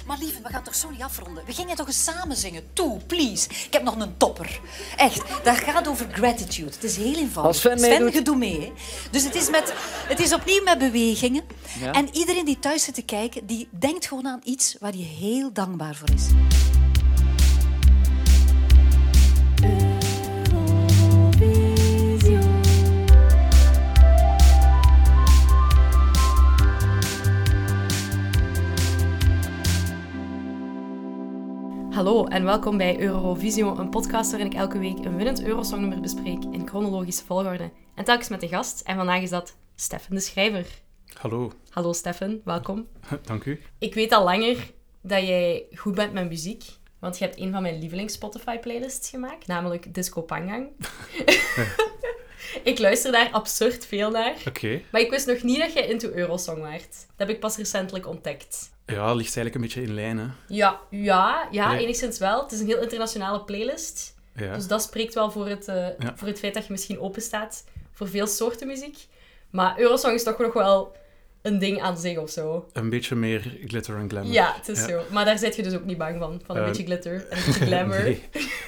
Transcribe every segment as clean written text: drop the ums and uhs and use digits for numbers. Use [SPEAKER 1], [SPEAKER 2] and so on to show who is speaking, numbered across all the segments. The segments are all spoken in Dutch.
[SPEAKER 1] Maar lieve, we gaan toch zo niet afronden? We gingen toch eens samen zingen? Toe, please. Ik heb nog een topper. Echt, dat gaat over gratitude. Het is heel eenvoudig.
[SPEAKER 2] Als Sven meedoet.
[SPEAKER 1] je doet mee, hè. Dus het is opnieuw met bewegingen.
[SPEAKER 2] Ja.
[SPEAKER 1] En iedereen die thuis zit te kijken, die denkt gewoon aan iets waar je heel dankbaar voor is.
[SPEAKER 3] Hallo en welkom bij Eurovision, een podcast waarin ik elke week een winnend Eurosongnummer bespreek in chronologische volgorde. En telkens met een gast. En vandaag is dat Steffen de Schrijver.
[SPEAKER 4] Hallo.
[SPEAKER 3] Hallo Steffen, welkom.
[SPEAKER 4] Dank u.
[SPEAKER 3] Ik weet al langer dat jij goed bent met muziek, want je hebt een van mijn lievelings Spotify-playlists gemaakt, namelijk Disco Pangang. Ik luister daar absurd veel naar.
[SPEAKER 4] Oké.
[SPEAKER 3] Maar ik wist nog niet dat jij into Eurosong waart. Dat heb ik pas recentelijk ontdekt.
[SPEAKER 4] Ja, ligt eigenlijk een beetje in lijn, hè.
[SPEAKER 3] Ja, enigszins wel. Het is een heel internationale playlist.
[SPEAKER 4] Ja.
[SPEAKER 3] Dus dat spreekt wel voor het feit dat je misschien open staat voor veel soorten muziek. Maar Eurosong is toch nog wel een ding aan zich of zo.
[SPEAKER 4] Een beetje meer glitter en glamour.
[SPEAKER 3] Ja, het is zo. Maar daar zit je dus ook niet bang van een beetje glitter en een beetje glamour.
[SPEAKER 4] Nee.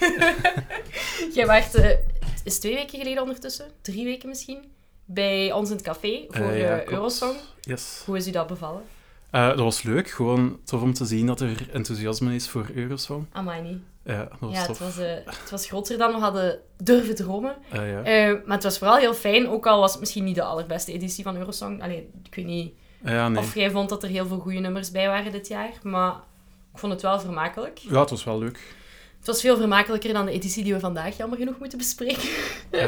[SPEAKER 3] Jij waart, is 2 weken geleden ondertussen, 3 weken misschien, bij ons in het café voor Eurosong.
[SPEAKER 4] Yes.
[SPEAKER 3] Hoe is u dat bevallen?
[SPEAKER 4] Dat was leuk. Gewoon tof om te zien dat er enthousiasme is voor Eurosong.
[SPEAKER 3] Amai niet.
[SPEAKER 4] Ja, dat was
[SPEAKER 3] Ja,
[SPEAKER 4] tof.
[SPEAKER 3] het was groter dan we hadden durven dromen.
[SPEAKER 4] Ja.
[SPEAKER 3] Maar het was vooral heel fijn, ook al was het misschien niet de allerbeste editie van Eurosong. Allee, ik weet niet
[SPEAKER 4] Nee.
[SPEAKER 3] of jij vond dat er heel veel goede nummers bij waren dit jaar, maar ik vond het wel vermakelijk.
[SPEAKER 4] Ja, het was wel leuk.
[SPEAKER 3] Het was veel vermakelijker dan de editie die we vandaag jammer genoeg moeten bespreken.
[SPEAKER 4] Ja.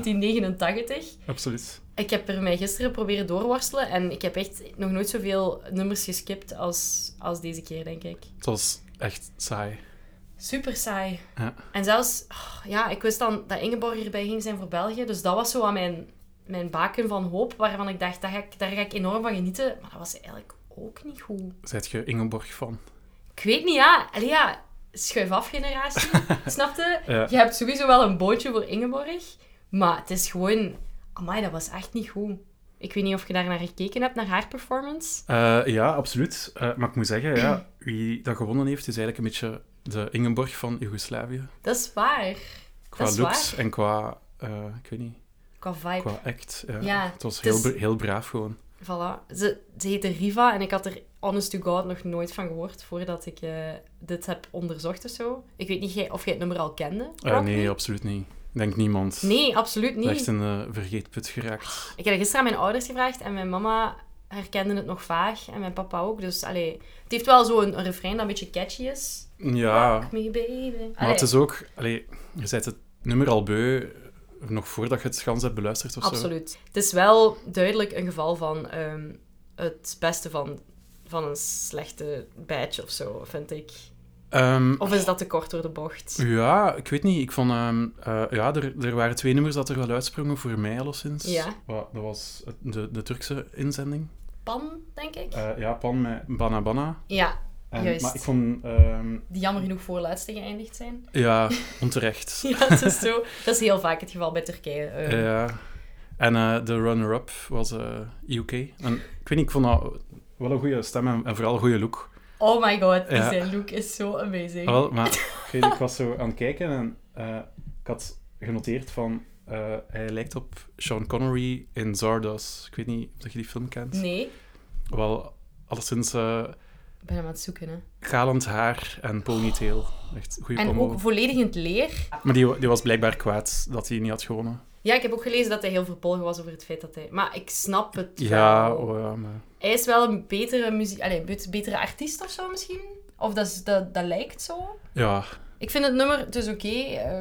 [SPEAKER 3] 1989.
[SPEAKER 4] Absoluut.
[SPEAKER 3] Ik heb er mij gisteren proberen doorworstelen en ik heb echt nog nooit zoveel nummers geskipt als deze keer, denk ik.
[SPEAKER 4] Het was echt saai.
[SPEAKER 3] Super saai.
[SPEAKER 4] Ja.
[SPEAKER 3] En zelfs, ik wist dan dat Ingeborg erbij ging zijn voor België, dus dat was zo aan mijn baken van hoop, waarvan ik dacht, daar ga ik enorm van genieten. Maar dat was eigenlijk ook niet goed.
[SPEAKER 4] Zijt je Ingeborg van?
[SPEAKER 3] Ik weet niet, ja. Allee, ja, schuif af generatie, snapte?
[SPEAKER 4] Ja.
[SPEAKER 3] Je hebt sowieso wel een bootje voor Ingeborg, maar het is gewoon... Amai, dat was echt niet goed. Ik weet niet of je daar naar gekeken hebt, naar haar performance.
[SPEAKER 4] Ja, absoluut. Maar ik moet zeggen, wie dat gewonnen heeft, is eigenlijk een beetje de Ingeborg van Joegoslavië.
[SPEAKER 3] Dat is waar.
[SPEAKER 4] Qua
[SPEAKER 3] dat is
[SPEAKER 4] looks
[SPEAKER 3] waar.
[SPEAKER 4] en qua, ik weet niet,
[SPEAKER 3] Qua vibe.
[SPEAKER 4] qua act.
[SPEAKER 3] Ja,
[SPEAKER 4] Het was
[SPEAKER 3] het is-
[SPEAKER 4] heel braaf gewoon.
[SPEAKER 3] Voilà. Ze heette Riva en ik had er honest to god nog nooit van gehoord voordat ik dit heb onderzocht of zo. Ik weet niet of jij het nummer al kende. Rock
[SPEAKER 4] Nee,
[SPEAKER 3] Me?
[SPEAKER 4] absoluut niet. Ik denk niemand.
[SPEAKER 3] Nee, absoluut
[SPEAKER 4] Het is echt
[SPEAKER 3] niet.
[SPEAKER 4] een vergeetput geraakt.
[SPEAKER 3] Ik heb gisteren aan mijn ouders gevraagd en mijn mama herkende het nog vaag en mijn papa ook. Dus allee, het heeft wel zo een refrein dat een beetje catchy is.
[SPEAKER 4] Ja,
[SPEAKER 3] Rock me baby.
[SPEAKER 4] maar
[SPEAKER 3] Allee,
[SPEAKER 4] het is ook... je zet het nummer al beu nog voordat je het gans hebt beluisterd of zo.
[SPEAKER 3] absoluut. Het is wel duidelijk een geval van het beste van een slechte badge of zo, vind ik. Of is dat te kort door de bocht?
[SPEAKER 4] Ja, ik weet niet. Ik vond... er waren 2 nummers dat er wel uitsprongen voor mij alleszins.
[SPEAKER 3] Ja.
[SPEAKER 4] Dat was de Turkse inzending.
[SPEAKER 3] Pan, denk ik?
[SPEAKER 4] Ja, Pan met Bana Bana.
[SPEAKER 3] Ja, juist.
[SPEAKER 4] Maar ik vond...
[SPEAKER 3] Die jammer genoeg voorlaatste geëindigd zijn.
[SPEAKER 4] ja, onterecht.
[SPEAKER 3] Ja, het is zo. Dat is heel vaak het geval bij Turkije.
[SPEAKER 4] Ja. En de runner-up was UK. En ik weet niet, ik vond dat wel een goede stem en vooral een goede look.
[SPEAKER 3] Oh my god,
[SPEAKER 4] Ja.
[SPEAKER 3] zijn look is zo amazing.
[SPEAKER 4] Wel, maar ik was zo aan het kijken en ik had genoteerd van... hij lijkt op Sean Connery in Zardoz. Ik weet niet of je die film kent.
[SPEAKER 3] Nee,
[SPEAKER 4] Wel, alleszins
[SPEAKER 3] ik ben hem aan het zoeken, hè.
[SPEAKER 4] galend haar en ponytail. Echt goede
[SPEAKER 3] En
[SPEAKER 4] combo.
[SPEAKER 3] ook volledig in het leer.
[SPEAKER 4] Maar die was blijkbaar kwaad dat hij niet had gewonnen.
[SPEAKER 3] Ja, ik heb ook gelezen dat hij heel verbolgen was over het feit dat hij... Maar ik snap het
[SPEAKER 4] Ja,
[SPEAKER 3] wel.
[SPEAKER 4] maar...
[SPEAKER 3] Hij is wel een betere betere artiest of zo misschien? Of dat lijkt zo?
[SPEAKER 4] Ja,
[SPEAKER 3] Ik vind het nummer, het is oké.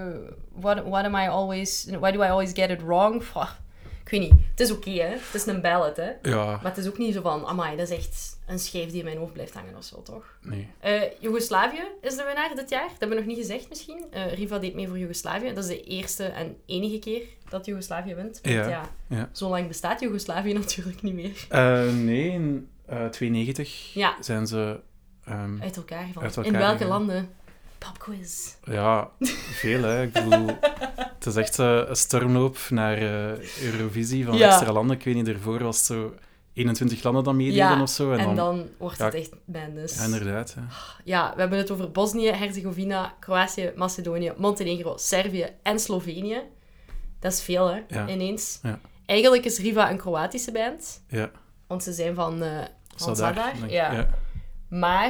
[SPEAKER 3] Why do I always get it wrong? Pff, ik weet niet. Het is oké, hè. Het is een ballad, hè.
[SPEAKER 4] ja,
[SPEAKER 3] Maar het is ook niet zo van, amai, dat is echt een schijf die in mijn hoofd blijft hangen of zo, toch?
[SPEAKER 4] nee.
[SPEAKER 3] Joegoslavië is de winnaar dit jaar. Dat hebben we nog niet gezegd misschien. Riva deed mee voor Joegoslavië. Dat is de eerste en enige keer dat Joegoslavië wint. Want
[SPEAKER 4] Ja.
[SPEAKER 3] zo lang bestaat Joegoslavië natuurlijk niet meer.
[SPEAKER 4] Nee, in 92
[SPEAKER 3] Ja.
[SPEAKER 4] zijn ze...
[SPEAKER 3] Uit elkaar gevallen.
[SPEAKER 4] Uit elkaar
[SPEAKER 3] In welke
[SPEAKER 4] gegaan.
[SPEAKER 3] landen? Popquiz.
[SPEAKER 4] Ja, veel hè. Ik bedoel, het is echt een stormloop naar Eurovisie van
[SPEAKER 3] Ja.
[SPEAKER 4] extra landen. Ik weet niet, daarvoor was het zo 21 landen dan meededen of zo.
[SPEAKER 3] En dan wordt het echt madness.
[SPEAKER 4] Ja, inderdaad. Ja.
[SPEAKER 3] Ja, we hebben het over Bosnië, Herzegovina, Kroatië, Macedonië, Montenegro, Servië en Slovenië. Dat is veel, hè, ineens.
[SPEAKER 4] Ja.
[SPEAKER 3] Eigenlijk is Riva een Kroatische band.
[SPEAKER 4] Ja.
[SPEAKER 3] Want ze zijn van
[SPEAKER 4] Zadar.
[SPEAKER 3] Zadar. Ja. Maar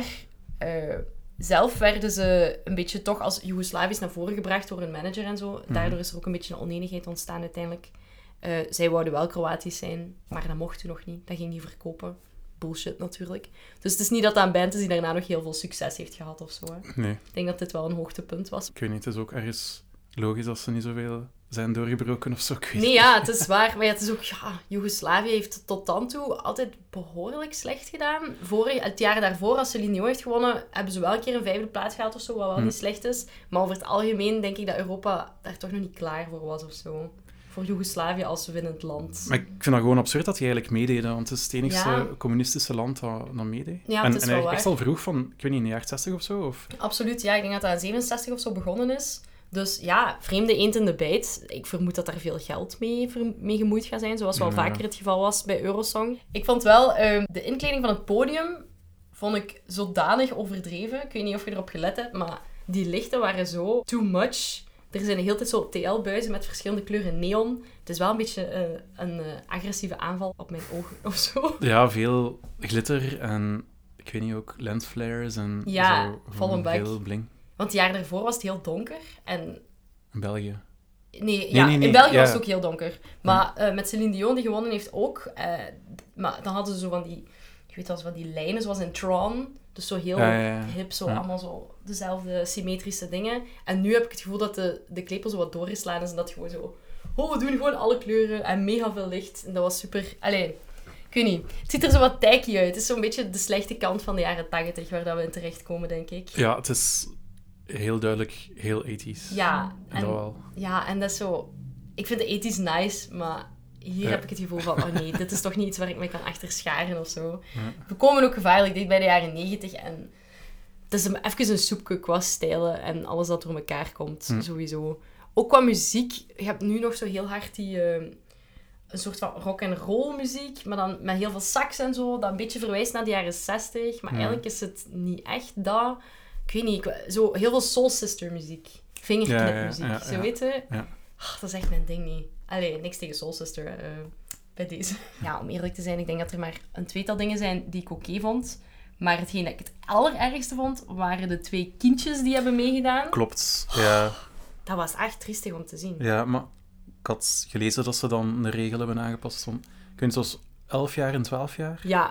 [SPEAKER 3] zelf werden ze een beetje toch als Joegoslavisch naar voren gebracht door hun manager en zo. Daardoor is er ook een beetje een oneenigheid ontstaan uiteindelijk. Zij wouden wel Kroatisch zijn, maar dat mocht toen nog niet. Dat ging niet verkopen. Bullshit natuurlijk. Dus het is niet dat dat een band is die daarna nog heel veel succes heeft gehad of zo. Hè.
[SPEAKER 4] Nee.
[SPEAKER 3] Ik denk dat dit wel een hoogtepunt was.
[SPEAKER 4] Ik weet niet, het is ook ergens logisch dat ze niet zoveel zijn doorgebroken of zo. Ik weet
[SPEAKER 3] Nee, ja, het is waar. Maar ja, het is ook... Ja, Joegoslavië heeft tot dan toe altijd behoorlijk slecht gedaan. Het jaar daarvoor, als Celine Dion heeft gewonnen, hebben ze wel een keer een 5e plaats gehaald of zo, wat wel niet slecht is. Maar over het algemeen denk ik dat Europa daar toch nog niet klaar voor was of zo. Voor Joegoslavië als winnend land.
[SPEAKER 4] Maar ik vind dat gewoon absurd dat die eigenlijk meededen, want het is het enigste communistische land dat meedeed.
[SPEAKER 3] Ja, het is wel waar.
[SPEAKER 4] Echt al vroeg van, ik weet niet, in de jaren 60 of zo? Of?
[SPEAKER 3] Absoluut, ja. Ik denk dat dat in 67 of zo begonnen is. Dus ja, vreemde eend in de bijt. Ik vermoed dat daar veel geld mee gemoeid gaat zijn, zoals wel vaker het geval was bij Eurosong. Ik vond wel, de inkleding van het podium vond ik zodanig overdreven. Ik weet niet of je erop gelet hebt, maar die lichten waren zo too much. Er zijn de hele tijd zo TL-buizen met verschillende kleuren neon. Het is wel een beetje een agressieve aanval op mijn ogen of zo.
[SPEAKER 4] Ja, veel glitter en ik weet niet, ook lensflares en zo.
[SPEAKER 3] Vol een bak.
[SPEAKER 4] Veel bling.
[SPEAKER 3] Want het jaar daarvoor was het heel donker en...
[SPEAKER 4] In België.
[SPEAKER 3] Nee. In België was het ook heel donker. Maar met Celine Dion, die gewonnen heeft ook... maar dan hadden ze zo van die... Ik weet wel, van die lijnen, zoals in Tron. Dus zo heel hip, zo allemaal zo dezelfde symmetrische dingen. En nu heb ik het gevoel dat de klepel zo wat doorgeslaan is en dat gewoon zo... Oh, we doen gewoon alle kleuren en mega veel licht. En dat was super... Allee, ik weet niet. Het ziet er zo wat tacky uit. Het is zo'n beetje de slechte kant van de jaren 80 waar dat we in terechtkomen, denk ik.
[SPEAKER 4] Ja, het is heel duidelijk heel 80's.
[SPEAKER 3] Ja.
[SPEAKER 4] En dat wel.
[SPEAKER 3] Ja, en dat is zo... Ik vind de 80's nice, maar... Hier heb ik het gevoel van, oh nee, dit is toch niet iets waar ik me kan achter scharen of zo.
[SPEAKER 4] Ja.
[SPEAKER 3] We komen ook gevaarlijk dicht bij de jaren 90 en het is even een soepje qua stijlen en alles dat door elkaar komt, sowieso. Ook qua muziek, je hebt nu nog zo heel hard die... een soort van rock-and-roll muziek, maar dan met heel veel sax en zo, dat een beetje verwijst naar de jaren 60, maar eigenlijk is het niet echt dat. Ik weet niet, zo heel veel Soul Sister muziek. Vingerknipmuziek, zo weet je.
[SPEAKER 4] Ja.
[SPEAKER 3] Oh, dat is echt mijn ding niet. Allee, niks tegen Soul Sister bij deze. Ja, om eerlijk te zijn, ik denk dat er maar een tweetal dingen zijn die ik oké vond. Maar hetgeen dat ik het allerergste vond, waren de 2 kindjes die hebben meegedaan.
[SPEAKER 4] Klopt, ja.
[SPEAKER 3] Dat was echt triestig om te zien.
[SPEAKER 4] Ja, maar ik had gelezen dat ze dan de regel hebben aangepast van... Kun je zoals 11 jaar en 12 jaar?
[SPEAKER 3] Ja,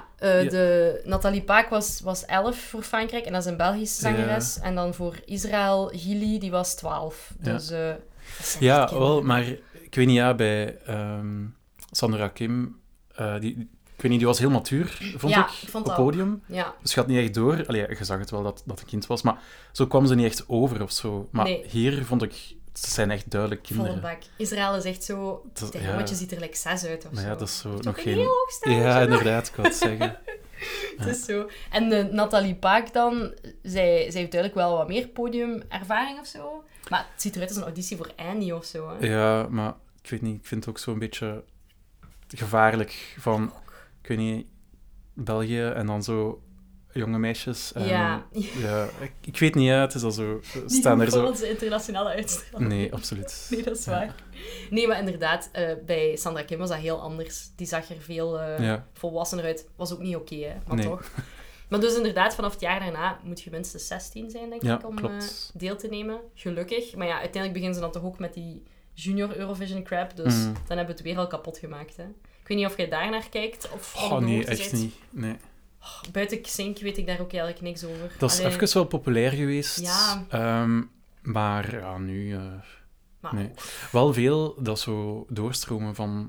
[SPEAKER 3] de Nathalie Paak was 11 voor Frankrijk en dat is een Belgische zangeres. Ja. En dan voor Israël, Gili, die was 12. Dus...
[SPEAKER 4] Ja, wel, maar ik weet niet, bij Sandra Kim, ik weet niet, die was heel matuur, vond ik op het podium.
[SPEAKER 3] Ja.
[SPEAKER 4] Dus je had niet echt door. Allee, je zag het wel dat een kind was, maar zo kwam ze niet echt over of zo. Maar hier vond ik, het zijn echt duidelijk kinderen.
[SPEAKER 3] Volle bak. Israël is echt zo, dat jongetje ziet er like 6 uit of zo.
[SPEAKER 4] Ja, dat is zo
[SPEAKER 3] nog
[SPEAKER 4] nog
[SPEAKER 3] geen... Heel hoog stijltje.
[SPEAKER 4] Ja, inderdaad, ik wou het zeggen.
[SPEAKER 3] Het is zo. En de Nathalie Paak dan, zij heeft duidelijk wel wat meer podiumervaring of zo. Maar het ziet eruit als een auditie voor Annie of zo. Hè?
[SPEAKER 4] Ja, maar ik weet niet, ik vind het ook zo'n beetje gevaarlijk van, ik weet niet, België en dan zo jonge meisjes. En, ja, ik weet niet, het is al zo...
[SPEAKER 3] Staan er zo... onze internationale uitstraling.
[SPEAKER 4] Nee, absoluut.
[SPEAKER 3] Nee, dat is waar. Nee, maar inderdaad, bij Sandra Kim was dat heel anders. Die zag er veel volwassener uit. Was ook niet oké, hè, maar toch. Maar dus inderdaad, vanaf het jaar daarna moet je minstens 16 zijn, denk ik, om deel te nemen. Gelukkig. Maar ja, uiteindelijk beginnen ze dan toch ook met die junior Eurovision crap. Dus dan hebben we het weer al kapot gemaakt. Hè. Ik weet niet of jij daar naar kijkt. Of
[SPEAKER 4] nee, echt niet. Nee.
[SPEAKER 3] Buiten Xink weet ik daar ook eigenlijk niks over.
[SPEAKER 4] Dat is even wel populair geweest.
[SPEAKER 3] Ja.
[SPEAKER 4] Maar ja, nu... nee. Wel veel dat zo doorstromen van...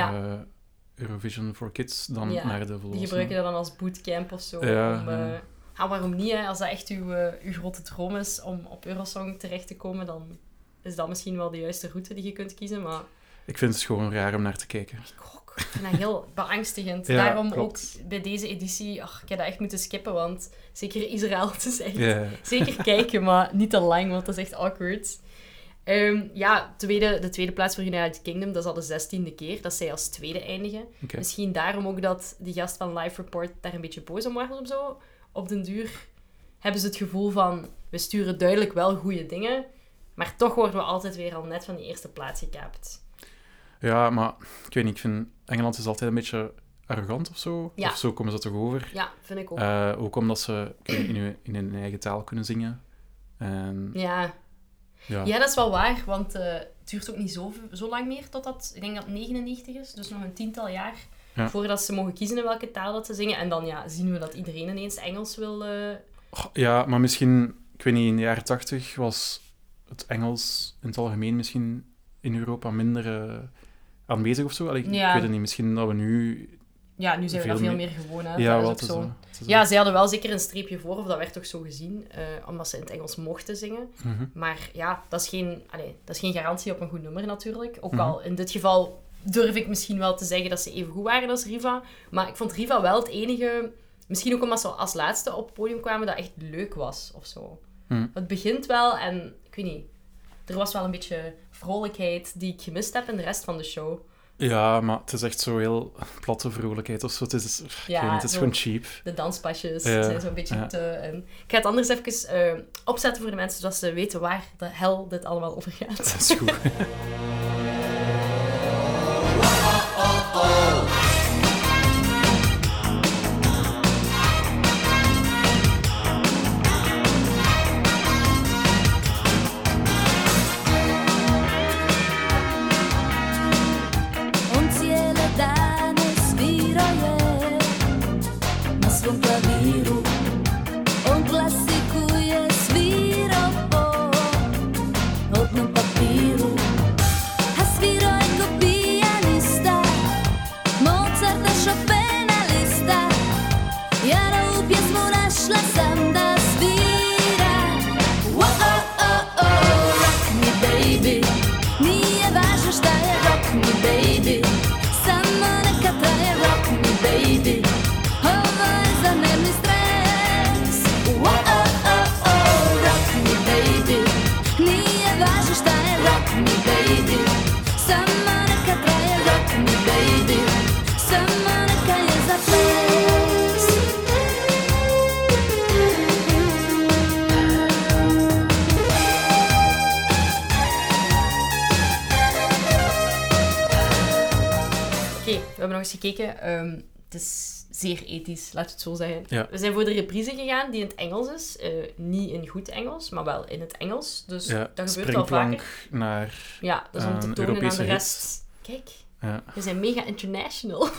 [SPEAKER 4] Eurovision for Kids dan naar de volwassenen.
[SPEAKER 3] Die gebruiken dat dan als bootcamp of zo. Waarom niet? Hè? Als dat echt uw grote droom is om op Eurosong terecht te komen, dan is dat misschien wel de juiste route die je kunt kiezen. Maar...
[SPEAKER 4] Ik vind het gewoon raar om naar te kijken.
[SPEAKER 3] Ik ook. Ik vind dat heel beangstigend. Daarom ook bij deze editie, ik heb dat echt moeten skippen, want zeker Israël, het is echt... Zeker kijken, maar niet te lang, want dat is echt awkward. De tweede plaats voor United Kingdom, dat is al de 16e keer dat zij als tweede eindigen.
[SPEAKER 4] Okay.
[SPEAKER 3] Misschien daarom ook dat die gast van Live Report daar een beetje boos om was of zo. Op den duur hebben ze het gevoel van, we sturen duidelijk wel goede dingen, maar toch worden we altijd weer al net van die eerste plaats gekaapt.
[SPEAKER 4] Ja, maar ik weet niet, ik vind Engeland is altijd een beetje arrogant of zo.
[SPEAKER 3] Ja.
[SPEAKER 4] Of zo komen ze toch over.
[SPEAKER 3] Ja, vind ik ook.
[SPEAKER 4] Ook omdat ze in hun eigen taal kunnen zingen. En...
[SPEAKER 3] Ja, dat is wel waar, want het duurt ook niet zo lang meer totdat, ik denk dat het 99 is, dus nog een 10-tal jaar voordat ze mogen kiezen in welke taal dat ze zingen. En dan zien we dat iedereen ineens Engels wil...
[SPEAKER 4] Ja, maar misschien, ik weet niet, in de jaren 80 was het Engels in het algemeen misschien in Europa minder aanwezig of zo. Ik weet het niet, misschien dat we nu...
[SPEAKER 3] Ja, nu zijn we dat veel meer gewoon. Hè.
[SPEAKER 4] Ja,
[SPEAKER 3] dat is ook zo. Ja, zij hadden wel zeker een streepje voor, of dat werd toch zo gezien, omdat ze in het Engels mochten zingen.
[SPEAKER 4] Mm-hmm.
[SPEAKER 3] Maar ja, dat is geen garantie op een goed nummer natuurlijk. Ook al in dit geval durf ik misschien wel te zeggen dat ze even goed waren als Riva. Maar ik vond Riva wel het enige... Misschien ook omdat ze als laatste op het podium kwamen, dat echt leuk was, of zo. Het begint wel en, ik weet niet, er was wel een beetje vrolijkheid die ik gemist heb in de rest van de show.
[SPEAKER 4] Ja, maar het is echt zo heel platte vrolijkheid of zo. Het is gewoon cheap.
[SPEAKER 3] De danspasjes zijn zo'n beetje te... En ik ga het anders even opzetten voor de mensen, zodat ze weten waar de hel dit allemaal over gaat.
[SPEAKER 4] Dat is goed.
[SPEAKER 3] We hebben nog eens gekeken. Het is zeer ethisch, laat het zo zeggen.
[SPEAKER 4] Ja.
[SPEAKER 3] We zijn voor de reprise gegaan, die in het Engels is. Niet in goed Engels, maar wel in het Engels. Dus dat gebeurt wel vaker.
[SPEAKER 4] Naar
[SPEAKER 3] ja, dat is om te tonen aan de rest. Kijk, we zijn mega international.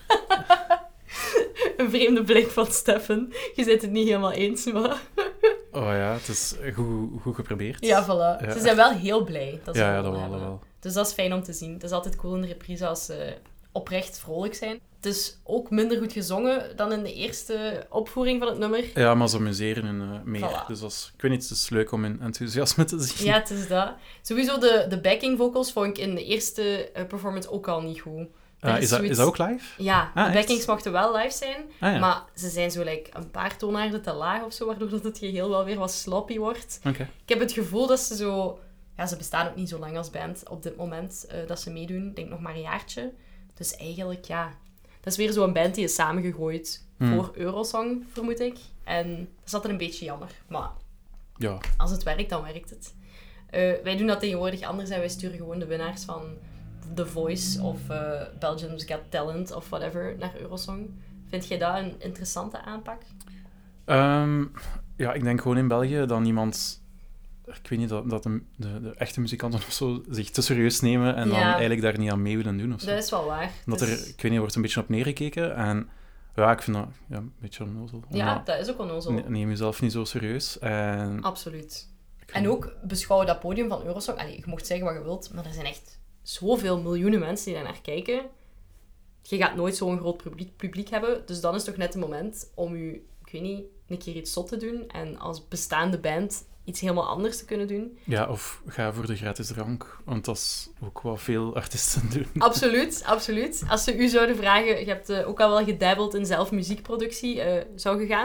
[SPEAKER 3] Een vreemde blik van Stefan. Je bent het niet helemaal eens, maar...
[SPEAKER 4] Oh ja, het is goed geprobeerd.
[SPEAKER 3] Ja, voilà. Ja. Ze zijn wel heel blij dat ze
[SPEAKER 4] dat wel.
[SPEAKER 3] Dus dat is fijn om te zien. Het is altijd cool in de reprise als ze oprecht vrolijk zijn. Het is ook minder goed gezongen dan in de eerste opvoering van het nummer.
[SPEAKER 4] Ja, maar ze amuseren meer. Voilà. Dus ik weet niet, het is leuk om in enthousiasme te zien.
[SPEAKER 3] Ja, het is dat. Sowieso de backing vocals vond ik in de eerste performance ook al niet goed.
[SPEAKER 4] Is dat ook live?
[SPEAKER 3] Ja, de backings
[SPEAKER 4] echt?
[SPEAKER 3] mochten wel live zijn,
[SPEAKER 4] ja.
[SPEAKER 3] maar ze zijn zo een paar toonaarden te laag of zo, waardoor dat het geheel wel weer wat sloppy wordt.
[SPEAKER 4] Okay.
[SPEAKER 3] Ik heb het gevoel dat ze zo... Ja, ze bestaan ook niet zo lang als band op dit moment dat ze meedoen. Ik denk nog maar een jaartje. Dus eigenlijk, ja... Dat is weer zo'n band die is samengegooid voor Eurosong, vermoed ik. En dat is altijd een beetje jammer. Maar
[SPEAKER 4] ja.
[SPEAKER 3] Als het werkt, dan werkt het. Wij doen dat tegenwoordig anders en wij sturen gewoon de winnaars van The Voice of Belgium's Got Talent of whatever naar Eurosong. Vind jij dat een interessante aanpak?
[SPEAKER 4] Ja, ik denk gewoon in België dat niemand... Ik weet niet, dat de echte muzikanten of zo zich te serieus nemen en dan eigenlijk daar niet aan mee willen doen. Of zo.
[SPEAKER 3] Dat is wel waar.
[SPEAKER 4] Omdat ik weet niet, er wordt een beetje op neergekeken. En ja, ik vind dat een beetje onnozel.
[SPEAKER 3] Ja, dat is ook onnozel.
[SPEAKER 4] Neem jezelf niet zo serieus. En...
[SPEAKER 3] Absoluut. En ook beschouw dat podium van Eurosong. Allee, je mocht zeggen wat je wilt, maar er zijn echt zoveel miljoenen mensen die daar naar kijken. Je gaat nooit zo'n groot publiek hebben. Dus dan is toch net het moment om je, ik weet niet, een keer iets zot te doen. En als bestaande band iets helemaal anders te kunnen doen.
[SPEAKER 4] Ja, of ga voor de gratis drank. Want dat is ook wat veel artiesten doen.
[SPEAKER 3] Absoluut, absoluut. Als ze u zouden vragen, je hebt ook al wel gedabbeld in zelf muziekproductie, zou je gaan?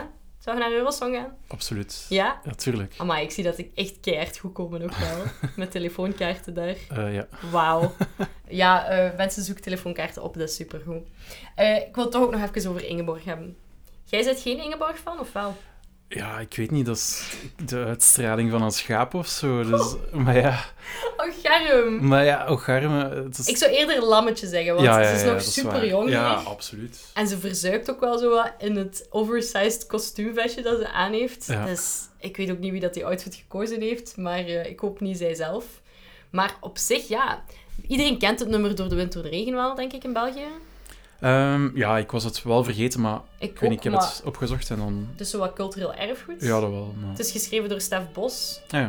[SPEAKER 3] Zou je naar Eurosong gaan?
[SPEAKER 4] Absoluut.
[SPEAKER 3] Ja?
[SPEAKER 4] Ja, tuurlijk.
[SPEAKER 3] Amai, ik zie dat ik echt keihard goed komen ook wel. Met telefoonkaarten daar.
[SPEAKER 4] Ja.
[SPEAKER 3] Wauw. Ja, mensen zoeken telefoonkaarten op, dat is supergoed. Ik wil toch ook nog even over Ingeborg hebben. Jij bent geen Ingeborg fan, of wel?
[SPEAKER 4] Ja, ik weet niet, dat is de uitstraling van een schaap of zo. Dus, maar ja...
[SPEAKER 3] Ocharm.
[SPEAKER 4] Maar ja, Ocharm... Is...
[SPEAKER 3] Ik zou eerder lammetje zeggen, want ze is nog super jong.
[SPEAKER 4] Ja, absoluut.
[SPEAKER 3] En ze verzuikt ook wel zo wat in het oversized kostuumvestje dat ze aan heeft. Ja. Dus ik weet ook niet wie dat die outfit gekozen heeft, maar ik hoop niet zij zelf. Maar op zich, ja... Iedereen kent het nummer Door de wind, door de regen wel, denk ik, in België.
[SPEAKER 4] Ja, ik was het wel vergeten, maar ik heb het opgezocht en dan...
[SPEAKER 3] Het is zo wat cultureel erfgoed.
[SPEAKER 4] Ja, dat wel. Maar...
[SPEAKER 3] Het is geschreven door Stef Bos.
[SPEAKER 4] Ja.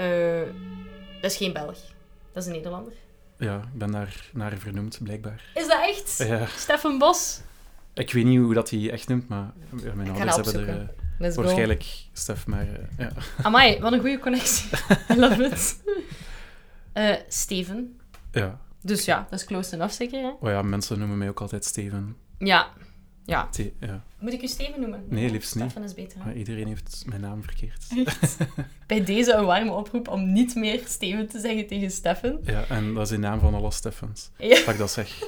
[SPEAKER 3] Dat is geen Belg. Dat is een Nederlander.
[SPEAKER 4] Ja, ik ben daar naar vernoemd, blijkbaar.
[SPEAKER 3] Is dat echt?
[SPEAKER 4] Ja.
[SPEAKER 3] Stefan Bos?
[SPEAKER 4] Ik weet niet hoe dat hij echt noemt, maar ja, mijn ouders hebben er waarschijnlijk Stef, maar ja.
[SPEAKER 3] Amai, wat een goede connectie. I love it. Steven.
[SPEAKER 4] Ja.
[SPEAKER 3] Dus ja, dat is close enough zeker, hè?
[SPEAKER 4] Oh ja, mensen noemen mij ook altijd Steven.
[SPEAKER 3] Ja. Ja.
[SPEAKER 4] Ja.
[SPEAKER 3] Moet ik u Steven noemen?
[SPEAKER 4] Nee, liefst niet.
[SPEAKER 3] Stefan is beter.
[SPEAKER 4] Maar iedereen heeft mijn naam verkeerd.
[SPEAKER 3] Bij deze een warme oproep om niet meer Steven te zeggen tegen Stefan.
[SPEAKER 4] Ja, en dat is in naam van alle Stefans.
[SPEAKER 3] Ja.
[SPEAKER 4] Dat ik dat zeg.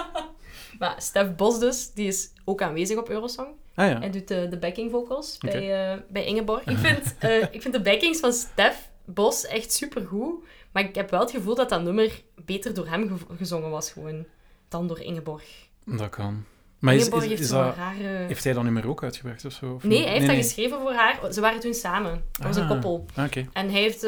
[SPEAKER 3] Maar Stef Bos dus, die is ook aanwezig op Eurosong.
[SPEAKER 4] Ah ja.
[SPEAKER 3] Hij doet de backing vocals bij Ingeborg. Ik vind de backings van Stef Bos echt supergoed. Maar ik heb wel het gevoel dat dat nummer beter door hem gezongen was gewoon dan door Ingeborg.
[SPEAKER 4] Dat kan. Maar heeft hij dat nummer ook uitgebracht of zo? Of
[SPEAKER 3] nee, hij heeft dat geschreven voor haar. Ze waren toen samen. Dat was een koppel.
[SPEAKER 4] Okay.
[SPEAKER 3] En hij heeft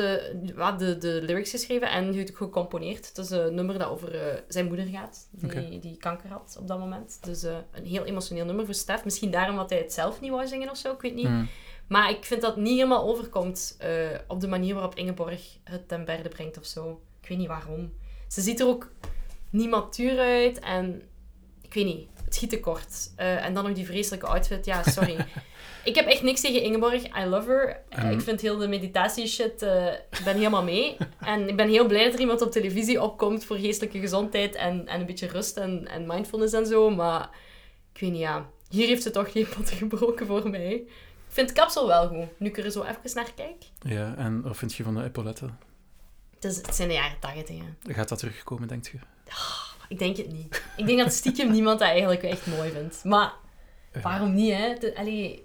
[SPEAKER 3] de lyrics geschreven en gecomponeerd. Het is een nummer dat over zijn moeder gaat, die kanker had op dat moment. Dus een heel emotioneel nummer voor Stef. Misschien daarom dat hij het zelf niet wou zingen of zo, ik weet niet. Maar ik vind dat het niet helemaal overkomt op de manier waarop Ingeborg het ten berde brengt of zo. Ik weet niet waarom. Ze ziet er ook niet matuur uit en ik weet niet. Het schiet te kort. En dan nog die vreselijke outfit. Ja, sorry. Ik heb echt niks tegen Ingeborg. I love her. Ik vind heel de meditatie-shit... Ik ben helemaal mee. En ik ben heel blij dat er iemand op televisie opkomt voor geestelijke gezondheid en een beetje rust en mindfulness en zo. Maar ik weet niet, ja. Hier heeft ze toch geen potten gebroken voor mij. Ik vind het kapsel wel goed. Nu ik er zo even naar kijk.
[SPEAKER 4] Ja, en wat vind je van de epauletten?
[SPEAKER 3] Het zijn de jaren 80.
[SPEAKER 4] Gaat dat terugkomen, denk je?
[SPEAKER 3] Ik denk het niet. Ik denk dat stiekem niemand dat eigenlijk echt mooi vindt. Maar waarom niet, hè? Het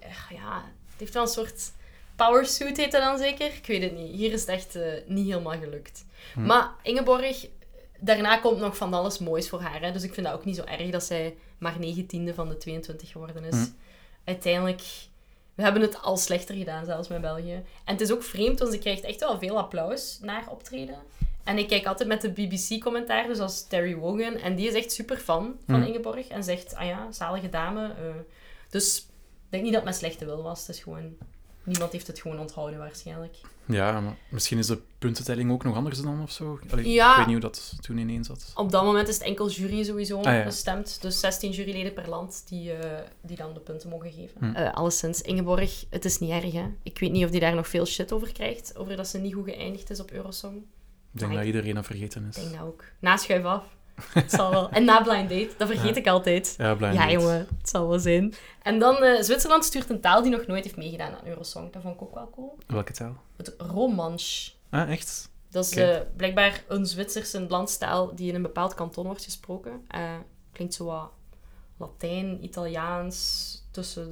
[SPEAKER 3] heeft wel een soort powersuit, heet dat dan zeker? Ik weet het niet. Hier is het echt niet helemaal gelukt. Maar Ingeborg, daarna komt nog van alles moois voor haar. Hè? Dus ik vind dat ook niet zo erg dat zij maar 19e van de 22 geworden is. Uiteindelijk... We hebben het al slechter gedaan, zelfs met België. En het is ook vreemd, want ze krijgt echt wel veel applaus naar optreden. En ik kijk altijd met de BBC-commentaar, dus als Terry Wogan. En die is echt super fan van Ingeborg. En zegt, zalige dame. Dus ik denk niet dat het met slechte wil was. Het is gewoon... Niemand heeft het gewoon onthouden, waarschijnlijk.
[SPEAKER 4] Ja, maar misschien is de puntentelling ook nog anders dan of zo. Ik weet niet hoe dat toen ineens zat.
[SPEAKER 3] Op dat moment is het enkel jury sowieso gestemd. Dus 16 juryleden per land die dan de punten mogen geven. Alleszins, Ingeborg, het is niet erg, hè. Ik weet niet of die daar nog veel shit over krijgt. Over dat ze niet goed geëindigd is op Eurosong.
[SPEAKER 4] Ik denk dat iedereen dat vergeten is.
[SPEAKER 3] Ik denk dat ook. Na Schuif af. Het zal wel. En na Blind Date, dat vergeet ik altijd.
[SPEAKER 4] Ja, Blind Date.
[SPEAKER 3] Ja, jongen, het zal wel zijn. En dan, Zwitserland stuurt een taal die nog nooit heeft meegedaan aan Eurosong. Dat vond ik ook wel cool.
[SPEAKER 4] Welke taal?
[SPEAKER 3] Het Romansch.
[SPEAKER 4] Ah, echt?
[SPEAKER 3] Dat is blijkbaar een Zwitserse landstaal die in een bepaald kanton wordt gesproken. Klinkt zo wat Latijn, Italiaans, tussen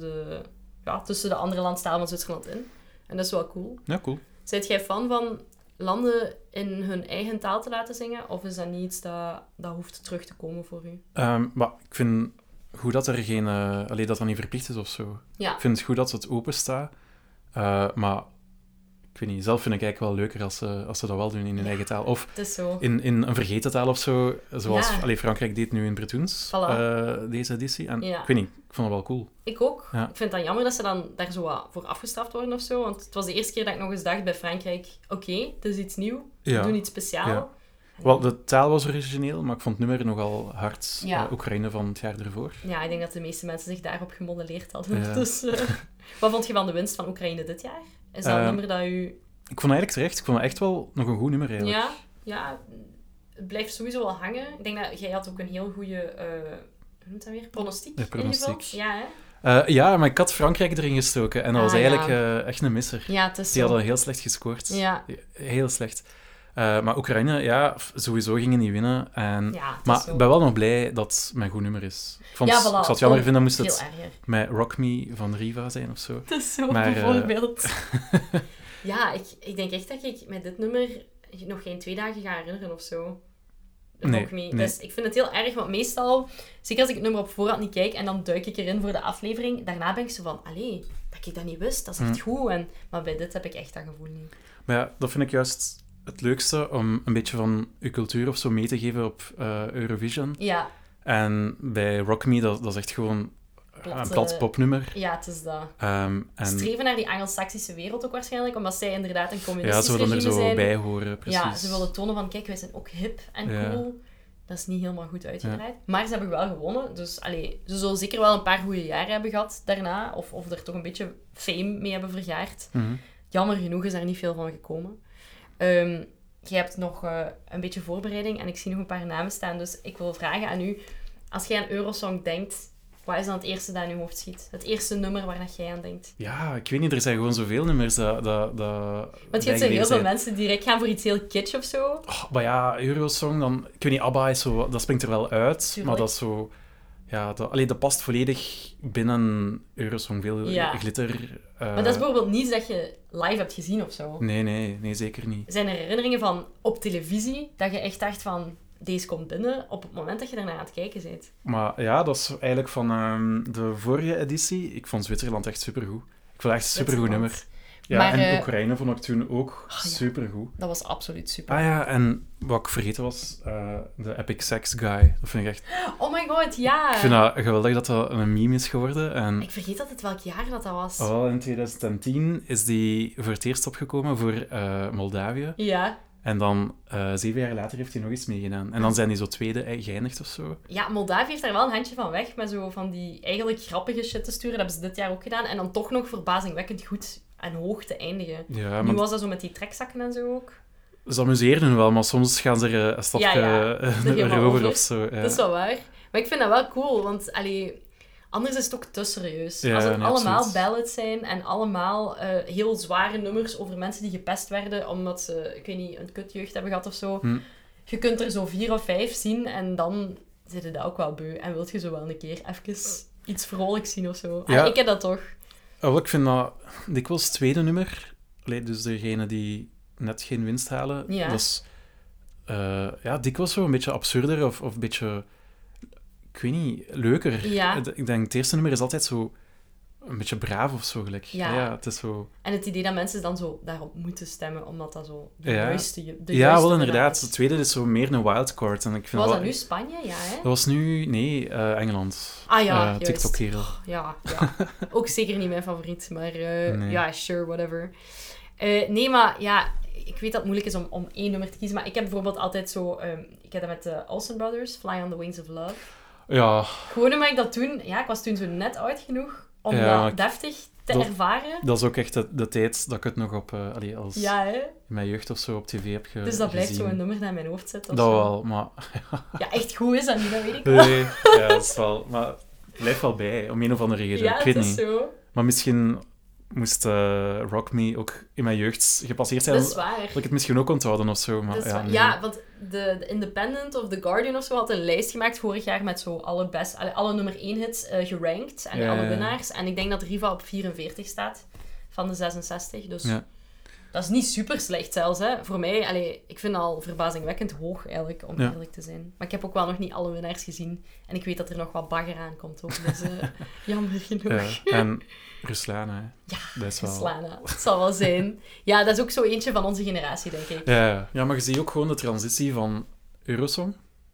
[SPEAKER 3] de andere landstalen van Zwitserland in. En dat is wel cool.
[SPEAKER 4] Ja, cool.
[SPEAKER 3] Zijt jij fan van landen in hun eigen taal te laten zingen? Of is dat niet iets dat hoeft terug te komen voor u?
[SPEAKER 4] Maar ik vind goed dat er geen... dat niet verplicht is of zo.
[SPEAKER 3] Ja.
[SPEAKER 4] Ik vind het goed dat het open staat. Maar ik weet niet, zelf vind ik eigenlijk wel leuker als ze dat wel doen in hun eigen taal. Of in een vergeten taal of zo. Zoals Frankrijk deed nu in Bretoons, deze editie. En ik weet niet, ik vond het wel cool.
[SPEAKER 3] Ik ook. Ja. Ik vind het dan jammer dat ze dan daar zo wat voor afgestraft worden of zo. Want het was de eerste keer dat ik nog eens dacht bij Frankrijk... Oké, het is iets nieuws. We doen iets speciaals. Ja.
[SPEAKER 4] Wel, de taal was origineel, maar ik vond het nummer nogal hard. Oekraïne van het jaar ervoor.
[SPEAKER 3] Ja, ik denk dat de meeste mensen zich daarop gemodelleerd hadden. Ja. Dus, wat vond je van de winst van Oekraïne dit jaar? Is dat een nummer dat u...
[SPEAKER 4] Ik vond het eigenlijk terecht. Ik vond het echt wel nog een goed nummer, eigenlijk.
[SPEAKER 3] Ja, het blijft sowieso wel hangen. Ik denk dat jij had ook een heel goede... hoe noemt dat weer? Pronostiek.
[SPEAKER 4] Pronostiek.
[SPEAKER 3] Ja,
[SPEAKER 4] Ja, maar ik had Frankrijk erin gestoken. En dat was eigenlijk echt een misser.
[SPEAKER 3] Ja, het is
[SPEAKER 4] Die hadden heel slecht gescoord.
[SPEAKER 3] Ja.
[SPEAKER 4] Heel slecht. Maar Oekraïne, ja, sowieso gingen niet winnen. Maar
[SPEAKER 3] zo.
[SPEAKER 4] Ik ben wel nog blij dat het mijn goed nummer is. Ik zou het jammer vinden, moest het met Rock Me van Riva zijn of zo.
[SPEAKER 3] Dat is zo, bijvoorbeeld. Ja, ik denk echt dat ik met dit nummer nog geen 2 dagen ga herinneren of zo. Rock Me. Dus ik vind het heel erg, want meestal, zeker als ik het nummer op voorhand niet kijk en dan duik ik erin voor de aflevering, daarna ben ik zo van, allee, dat ik dat niet wist, dat is echt goed. Maar bij dit heb ik echt dat gevoel niet.
[SPEAKER 4] Maar ja, dat vind ik juist het leukste, om een beetje van je cultuur of zo mee te geven op Eurovision.
[SPEAKER 3] Ja.
[SPEAKER 4] En bij Rock Me, dat is echt gewoon een plat popnummer.
[SPEAKER 3] Ja, het is dat.
[SPEAKER 4] En
[SPEAKER 3] streven naar die Anglo-Saxische wereld ook waarschijnlijk, omdat zij inderdaad een communistisch regime zijn.
[SPEAKER 4] Ja, ze willen er zo bij horen, precies.
[SPEAKER 3] Ja, ze willen tonen van, kijk, wij zijn ook hip en cool. Dat is niet helemaal goed uitgedraaid. Ja. Maar ze hebben wel gewonnen, dus ze zullen zeker wel een paar goede jaren hebben gehad daarna, of er toch een beetje fame mee hebben vergaard.
[SPEAKER 4] Mm-hmm.
[SPEAKER 3] Jammer genoeg is daar niet veel van gekomen. Je hebt nog een beetje voorbereiding en ik zie nog een paar namen staan, dus ik wil vragen aan u, als jij aan Eurosong denkt, wat is dan het eerste dat in je hoofd schiet? Het eerste nummer waar dat jij aan denkt?
[SPEAKER 4] Ja, ik weet niet, er zijn gewoon zoveel nummers dat
[SPEAKER 3] want je hebt zo heel veel mensen die direct gaan voor iets heel kitsch of zo.
[SPEAKER 4] Oh, maar ja, Eurosong, dan... Ik weet niet, ABBA is zo... Dat springt er wel uit, tuurlijk. Maar dat is zo... Ja, dat past volledig binnen Eurosong. Veel glitter.
[SPEAKER 3] Maar dat is bijvoorbeeld niets dat je live hebt gezien of zo.
[SPEAKER 4] Nee, zeker niet.
[SPEAKER 3] Zijn er herinneringen van op televisie dat je echt dacht van... Deze komt binnen op het moment dat je ernaar aan het kijken bent.
[SPEAKER 4] Maar ja, dat is eigenlijk van de vorige editie. Ik vond Zwitserland echt supergoed. Ik vond het echt een supergoed nummer. Ja, maar, en Oekraïne vond ik toen ook supergoed.
[SPEAKER 3] Dat was absoluut super.
[SPEAKER 4] Ah ja, en wat ik vergeten was, de Epic Sex Guy. Dat vind ik echt...
[SPEAKER 3] Oh my god, ja!
[SPEAKER 4] Ik vind dat geweldig dat dat een meme is geworden. En...
[SPEAKER 3] Ik vergeet altijd welk jaar dat was.
[SPEAKER 4] Oh, in 2010 is die voor het eerst opgekomen voor Moldavië.
[SPEAKER 3] Ja.
[SPEAKER 4] En dan 7 jaar later heeft hij nog eens meegedaan. En dan zijn die zo tweede geëindigd of zo.
[SPEAKER 3] Ja, Moldavië heeft daar wel een handje van weg. Met zo van die eigenlijk grappige shit te sturen. Dat hebben ze dit jaar ook gedaan. En dan toch nog verbazingwekkend goed en hoog te eindigen.
[SPEAKER 4] Ja,
[SPEAKER 3] nu was dat zo met die trekzakken en zo ook.
[SPEAKER 4] Ze amuseren wel, maar soms gaan ze er een stapje erover of zo. Ja.
[SPEAKER 3] Dat is wel waar. Maar ik vind dat wel cool, want anders is het ook te serieus.
[SPEAKER 4] Ja,
[SPEAKER 3] als het allemaal
[SPEAKER 4] absoluut.
[SPEAKER 3] ballads zijn en allemaal heel zware nummers over mensen die gepest werden omdat ze, ik weet niet, een kutjeugd hebben gehad of zo. Je kunt er zo 4 of 5 zien en dan zit je dat ook wel beu. En wilt je zo wel een keer even iets vrolijks zien of zo.
[SPEAKER 4] Ja.
[SPEAKER 3] Ik heb dat toch.
[SPEAKER 4] Ik vind dat dikwijls het tweede nummer. Dus degene die net geen winst halen.
[SPEAKER 3] Ja.
[SPEAKER 4] Dat is dikwijls zo een beetje absurder of een beetje... Ik weet niet, leuker.
[SPEAKER 3] Ja.
[SPEAKER 4] Ik denk, het eerste nummer is altijd zo een beetje braaf of zo, gelijk.
[SPEAKER 3] Ja.
[SPEAKER 4] Het is zo...
[SPEAKER 3] En het idee dat mensen dan zo daarop moeten stemmen, omdat dat zo de juiste
[SPEAKER 4] wel inderdaad. Het tweede is zo meer een wildcard. En ik vind
[SPEAKER 3] was dat nu Spanje? Ja, hè?
[SPEAKER 4] Dat was nu... Nee, Engeland.
[SPEAKER 3] Ah ja,
[SPEAKER 4] TikTok-kerel.
[SPEAKER 3] Ja. Ook zeker niet mijn favoriet, maar nee. Ja, sure, whatever. Nee, maar ja... Ik weet dat het moeilijk is om 1 nummer te kiezen, maar ik heb bijvoorbeeld altijd zo... ik heb dat met de Olsen Brothers, Fly on the Wings of Love.
[SPEAKER 4] Ja.
[SPEAKER 3] Gewoon omdat ik dat toen... Ja, ik was toen zo net oud genoeg om dat deftig te ervaren.
[SPEAKER 4] Dat is ook echt de tijd dat ik het nog op... als
[SPEAKER 3] in
[SPEAKER 4] mijn jeugd of zo op tv heb gezien.
[SPEAKER 3] Dus dat blijft zo'n nummer dat in mijn hoofd zit.
[SPEAKER 4] Dat wel, maar...
[SPEAKER 3] Ja, echt goed is dat niet, dat weet ik wel.
[SPEAKER 4] Nee, ja, dat is wel... Maar het blijft wel bij, om een of andere reden.
[SPEAKER 3] Ja,
[SPEAKER 4] ik weet
[SPEAKER 3] het is
[SPEAKER 4] niet.
[SPEAKER 3] zo.
[SPEAKER 4] Maar misschien... moest Rock Me ook in mijn jeugd gepasseerd zijn.
[SPEAKER 3] Dat is waar.
[SPEAKER 4] Dat ik het misschien ook onthouden of zo. Maar,
[SPEAKER 3] nee. Ja, want de Independent of The Guardian of zo had een lijst gemaakt vorig jaar met zo alle nummer 1 hits gerankt en alle winnaars. En ik denk dat Riva op 44 staat van de 66. Dus dat is niet super slecht zelfs. Hè. Voor mij, ik vind het al verbazingwekkend hoog eigenlijk, om eerlijk te zijn. Maar ik heb ook wel nog niet alle winnaars gezien. En ik weet dat er nog wat bagger aankomt ook. Dus jammer genoeg.
[SPEAKER 4] En Ruslana, hè.
[SPEAKER 3] Ja,
[SPEAKER 4] dat is wel...
[SPEAKER 3] Ruslana. Het zal wel zijn. Ja, dat is ook zo eentje van onze generatie, denk ik.
[SPEAKER 4] Ja, maar je ziet ook gewoon de transitie van Eurosong.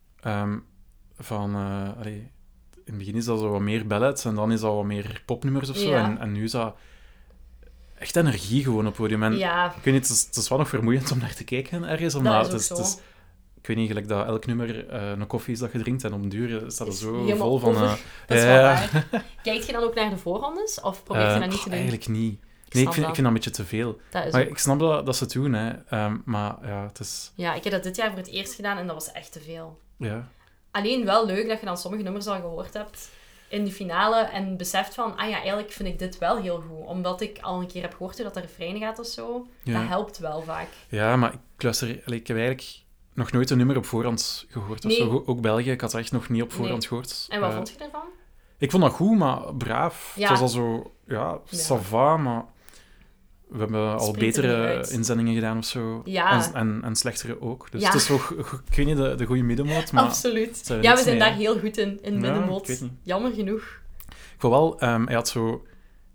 [SPEAKER 4] In het begin is dat zo wat meer ballads en dan is dat wat meer popnummers of zo.
[SPEAKER 3] Ja.
[SPEAKER 4] En nu is dat echt energie gewoon op het podium. En ik weet niet, het is wel nog vermoeiend om naar te kijken ergens. Omdat
[SPEAKER 3] dat is ook zo.
[SPEAKER 4] Ik weet niet, gelijk dat elk nummer een koffie is dat je drinkt en op den duur staat er zo vol van...
[SPEAKER 3] Dat is wel waar. Kijk je dan ook naar de voorrondes? Of probeer je dat niet te doen?
[SPEAKER 4] Eigenlijk niet. Nee, ik vind dat een beetje te veel. Maar ik snap dat ze het doen, hè. Maar ja, het is...
[SPEAKER 3] Ja, ik heb dat dit jaar voor het eerst gedaan en dat was echt te veel.
[SPEAKER 4] Ja.
[SPEAKER 3] Alleen wel leuk dat je dan sommige nummers al gehoord hebt in de finale en beseft van, eigenlijk vind ik dit wel heel goed. Omdat ik al een keer heb gehoord hoe dat de refrein gaat of zo. Ja. Dat helpt wel vaak.
[SPEAKER 4] Ja, maar ik heb eigenlijk nog nooit een nummer op voorhand gehoord. Nee. Of zo. Ook België, ik had het echt nog niet op voorhand gehoord.
[SPEAKER 3] En wat vond je daarvan?
[SPEAKER 4] Ik vond dat goed, maar braaf. Ja. Het was al zo, ça va, maar we hebben al betere inzendingen gedaan of zo. Ja. En slechtere ook. Dus het is toch, ik weet niet, de goede middenmoot. Maar
[SPEAKER 3] absoluut. Ja, we zijn daar heel goed in middenmoot. Jammer genoeg.
[SPEAKER 4] Ik vond wel, hij had zo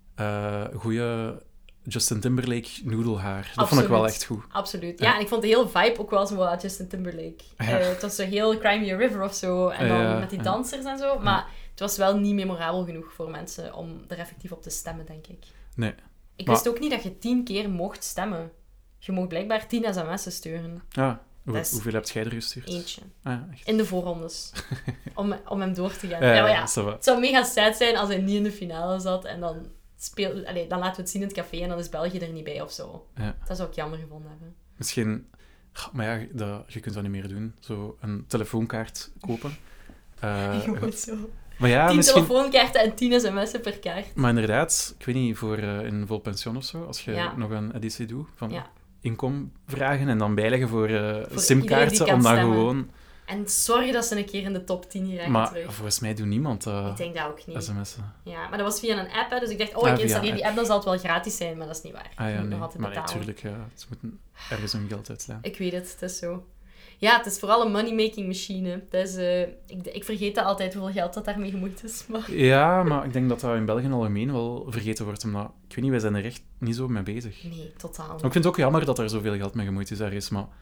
[SPEAKER 4] goede Justin Timberlake noedelhaar. Dat vond ik wel echt goed.
[SPEAKER 3] Absoluut. Ja, en ik vond de hele vibe ook wel zo uit Justin Timberlake. Ja. Het was zo heel Cry Me a River of zo. En dan met die dansers en zo. Maar het was wel niet memorabel genoeg voor mensen om er effectief op te stemmen, denk ik.
[SPEAKER 4] Nee.
[SPEAKER 3] Ik wist ook niet dat je 10 keer mocht stemmen. Je mocht blijkbaar 10 sms'en sturen.
[SPEAKER 4] Ja. Hoeveel heb jij er gestuurd?
[SPEAKER 3] Eentje.
[SPEAKER 4] Echt?
[SPEAKER 3] In de voorrondes. om hem door te gaan. Het zou mega sad zijn als hij niet in de finale zat en dan dan laten we het zien in het café en dan is België er niet bij of zo. Ja. Dat zou ik jammer gevonden hebben.
[SPEAKER 4] Misschien... Maar je kunt dat niet meer doen. Zo een telefoonkaart kopen.
[SPEAKER 3] Gewoon zo.
[SPEAKER 4] Maar
[SPEAKER 3] 10 telefoonkaarten en 10 sms'en per kaart.
[SPEAKER 4] Maar inderdaad, ik weet niet, voor in vol pension of zo, als je nog een editie doet van inkom vragen en dan bijleggen voor simkaarten, om dan gewoon...
[SPEAKER 3] En sorry dat ze een keer in de top 10 geraken
[SPEAKER 4] maar
[SPEAKER 3] terug.
[SPEAKER 4] Volgens mij doet niemand
[SPEAKER 3] ik denk dat ook niet.
[SPEAKER 4] sms'en.
[SPEAKER 3] Ja, maar dat was via een app, hè, dus ik dacht, ik installeer die app, dan zal het wel gratis zijn, maar dat is niet waar.
[SPEAKER 4] Nee. Maar natuurlijk, ze moeten ergens hun geld uitslaan.
[SPEAKER 3] Ik weet het is zo. Ja, het is vooral een money-making machine. Dus, ik vergeet dat altijd, hoeveel geld dat daarmee gemoeid is. Maar...
[SPEAKER 4] Ja, maar ik denk dat dat in België algemeen wel vergeten wordt, omdat, ik weet niet, wij zijn er echt niet zo mee bezig.
[SPEAKER 3] Nee, totaal niet.
[SPEAKER 4] Ik vind het ook jammer dat er zoveel geld mee gemoeid is ergens, maar...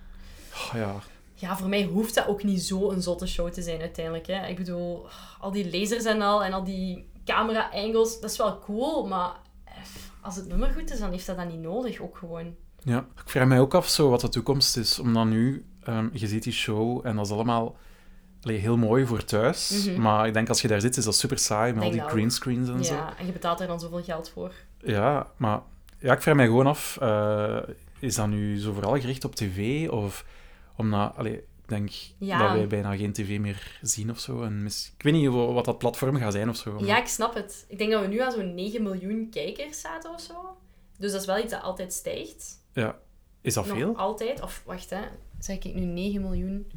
[SPEAKER 3] Ja, voor mij hoeft dat ook niet zo een zotte show te zijn uiteindelijk. Hè. Ik bedoel, al die lasers en al die camera-angles, dat is wel cool, maar als het nummer goed is, dan heeft dat dan niet nodig, ook gewoon.
[SPEAKER 4] Ja, ik vraag mij ook af zo wat de toekomst is, omdat nu, je ziet die show en dat is allemaal heel mooi voor thuis, maar ik denk als je daar zit, is dat super saai met al die greenscreens en zo.
[SPEAKER 3] Ja, en je betaalt er dan zoveel geld voor.
[SPEAKER 4] Ja, maar ik vraag mij gewoon af, is dat nu zo vooral gericht op tv, of... Omdat, ik denk dat wij bijna geen tv meer zien of zo. En ik weet niet wat dat platform gaat zijn of zo. Maar...
[SPEAKER 3] Ja, ik snap het. Ik denk dat we nu aan zo'n 9 miljoen kijkers zaten of zo. Dus dat is wel iets dat altijd stijgt.
[SPEAKER 4] Ja. Is dat veel?
[SPEAKER 3] Nog altijd. Of wacht, hè. Zeg ik nu 9 miljoen?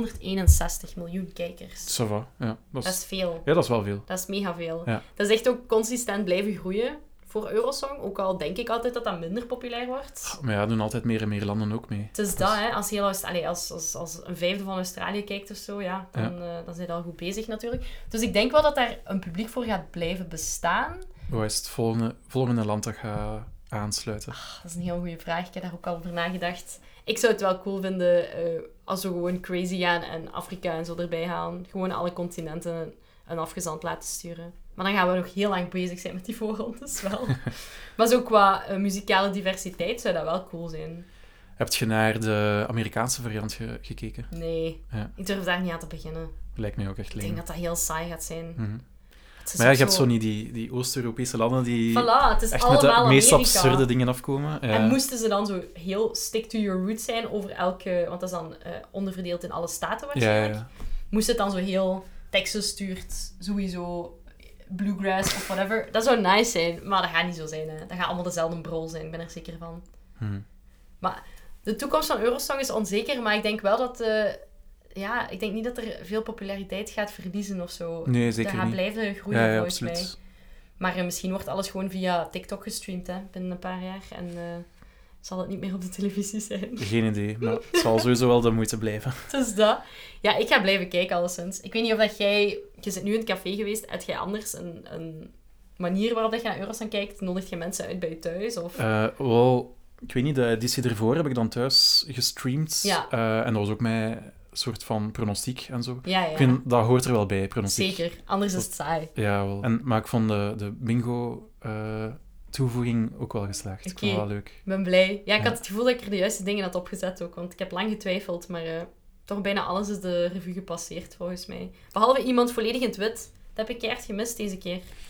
[SPEAKER 3] 161 miljoen kijkers.
[SPEAKER 4] Ça va, ja.
[SPEAKER 3] Dat is veel.
[SPEAKER 4] Ja, dat is wel veel.
[SPEAKER 3] Dat is mega veel.
[SPEAKER 4] Ja.
[SPEAKER 3] Dat is echt ook consistent blijven groeien voor Eurosong. Ook al denk ik altijd dat dat minder populair wordt.
[SPEAKER 4] Maar ja, doen altijd meer en meer landen ook mee.
[SPEAKER 3] Het is dat, hè. Als een vijfde van Australië kijkt of zo, dan zijn we al goed bezig natuurlijk. Dus ik denk wel dat daar een publiek voor gaat blijven bestaan.
[SPEAKER 4] Wat is het volgende land dat gaat aansluiten?
[SPEAKER 3] Dat is een heel goede vraag. Ik heb daar ook al over nagedacht. Ik zou het wel cool vinden als we gewoon crazy gaan en Afrika en zo erbij halen. Gewoon alle continenten een afgezant laten sturen. Maar dan gaan we nog heel lang bezig zijn met die voorrondes wel. Maar zo qua muzikale diversiteit zou dat wel cool zijn.
[SPEAKER 4] Heb je naar de Amerikaanse variant gekeken?
[SPEAKER 3] Nee, ik durf daar niet aan te beginnen.
[SPEAKER 4] Lijkt mij ook echt leuk.
[SPEAKER 3] Ik denk dat dat heel saai gaat zijn.
[SPEAKER 4] Maar je hebt zo niet die Oost-Europese landen die
[SPEAKER 3] het is
[SPEAKER 4] echt met de meest absurde dingen afkomen. Ja.
[SPEAKER 3] En moesten ze dan zo heel stick to your roots zijn over elke... Want dat is dan onderverdeeld in alle staten waarschijnlijk. Ja. Moest het dan zo heel... Texas stuurt sowieso bluegrass of whatever. Dat zou nice zijn, maar dat gaat niet zo zijn. Hè. Dat gaat allemaal dezelfde brol zijn, ik ben er zeker van. Maar de toekomst van Eurosong is onzeker, maar ik denk wel dat... ik denk niet dat er veel populariteit gaat verliezen of zo.
[SPEAKER 4] Nee, zeker niet.
[SPEAKER 3] Dat gaat blijven groeien, volgens
[SPEAKER 4] absoluut.
[SPEAKER 3] mij. Maar misschien wordt alles gewoon via TikTok gestreamd, hè, binnen een paar jaar. En zal het niet meer op de televisie zijn.
[SPEAKER 4] Geen idee, maar het zal sowieso wel de moeite blijven.
[SPEAKER 3] Dus dat. Ja, ik ga blijven kijken, alleszins. Ik weet niet of dat jij... Je zit nu in het café geweest. Heb jij anders een manier waarop dat je naar Eurosong kijkt? Nodig je mensen uit bij je thuis? Of...
[SPEAKER 4] Wel, ik weet niet, de editie ervoor heb ik dan thuis gestreamd.
[SPEAKER 3] Ja.
[SPEAKER 4] En dat was ook mijn soort van pronostiek en zo.
[SPEAKER 3] Ja.
[SPEAKER 4] Ik vind, dat hoort er wel bij, pronostiek.
[SPEAKER 3] Zeker, anders is het saai.
[SPEAKER 4] Ja, wel. Maar ik vond de bingo... toevoeging ook wel geslaagd. Ik vond het wel leuk.
[SPEAKER 3] Ik ben blij. Ja, ik had het gevoel dat ik er de juiste dingen had opgezet ook, want ik heb lang getwijfeld, maar toch bijna alles is de revue gepasseerd, volgens mij. Behalve iemand volledig in het wit. Dat heb ik echt gemist deze keer.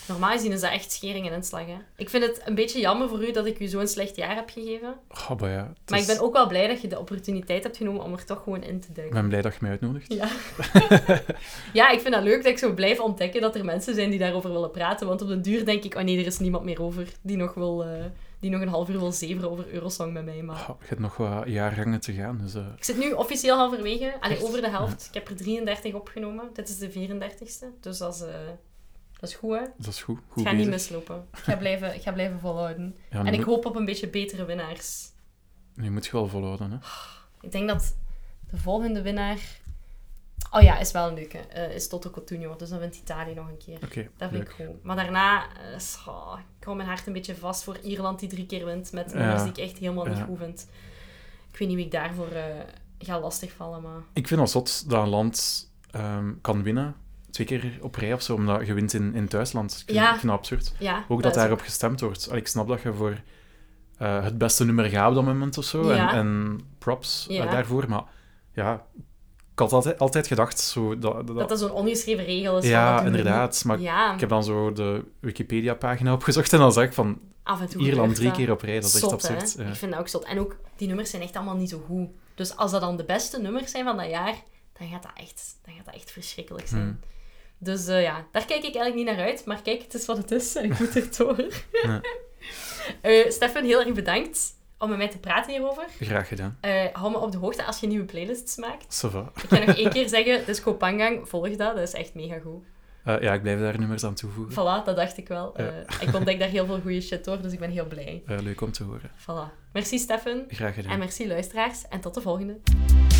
[SPEAKER 3] Normaal gezien is dat echt schering en inslag, hè. Ik vind het een beetje jammer voor u dat ik u zo'n slecht jaar heb gegeven.
[SPEAKER 4] Oh, maar ja,
[SPEAKER 3] maar ik ben ook wel blij dat je de opportuniteit hebt genomen om er toch gewoon in te duiken.
[SPEAKER 4] Ik ben blij dat je mij uitnodigt.
[SPEAKER 3] Ja. Ja, ik vind dat leuk dat ik zo blijf ontdekken dat er mensen zijn die daarover willen praten. Want op den duur denk ik, oh nee, er is niemand meer over die nog een half uur wil zeveren over Eurosong met mij. Maar...
[SPEAKER 4] je hebt nog wat jaargangen te gaan. Dus,
[SPEAKER 3] Ik zit nu officieel halverwege. Over de helft. Ja. Ik heb er 33 opgenomen. Dit is de 34ste. Dus dat is goed, hè?
[SPEAKER 4] Dat is goed.
[SPEAKER 3] Het gaat niet mislopen. Ik ga blijven volhouden. Ja, en ik hoop op een beetje betere winnaars.
[SPEAKER 4] Nu moet je wel volhouden, hè?
[SPEAKER 3] Ik denk dat de volgende winnaar... Oh ja, is wel een leuke. Is Toto Cotugno. Dus dan wint Italië nog een keer.
[SPEAKER 4] Okay,
[SPEAKER 3] dat vind ik goed. Maar daarna... ik hou mijn hart een beetje vast voor Ierland die 3 keer wint. Met nummers die ik echt helemaal niet goed vind. Ik weet niet wie ik daarvoor ga lastigvallen, maar... Ik
[SPEAKER 4] vind het zot dat een land kan winnen... 2 keer op rij of zo, omdat je wint in het thuisland. Ik vind dat absurd.
[SPEAKER 3] Ja,
[SPEAKER 4] ook dat daarop gestemd wordt. Ik snap dat je voor het beste nummer gaat op dat moment of zo. Ja. En props daarvoor. Maar ja, ik had altijd gedacht... Zo, dat
[SPEAKER 3] zo'n ongeschreven regel is.
[SPEAKER 4] Ja, van inderdaad. Maar ik heb dan zo de Wikipedia-pagina opgezocht en dan zag ik van... Ierland 3 keer op rij, dat is echt absurd.
[SPEAKER 3] Ja. Ik vind dat ook zot. En ook, die nummers zijn echt allemaal niet zo goed. Dus als dat dan de beste nummers zijn van dat jaar, dan gaat dat echt verschrikkelijk zijn. Dus daar kijk ik eigenlijk niet naar uit. Maar kijk, het is wat het is en ik moet er door. Stefan, heel erg bedankt om met mij te praten hierover.
[SPEAKER 4] Graag gedaan.
[SPEAKER 3] Hou me op de hoogte als je nieuwe playlists maakt.
[SPEAKER 4] Ça va.
[SPEAKER 3] Ik ga nog 1 keer zeggen, Disco Pangang, volg dat is echt mega goed.
[SPEAKER 4] Ik blijf daar nummers aan toevoegen.
[SPEAKER 3] Voilà, dat dacht ik wel. Ik ontdek daar heel veel goede shit door, dus ik ben heel blij.
[SPEAKER 4] Leuk om te horen.
[SPEAKER 3] Voilà. Merci Stefan.
[SPEAKER 4] Graag gedaan.
[SPEAKER 3] En merci luisteraars. En tot de volgende.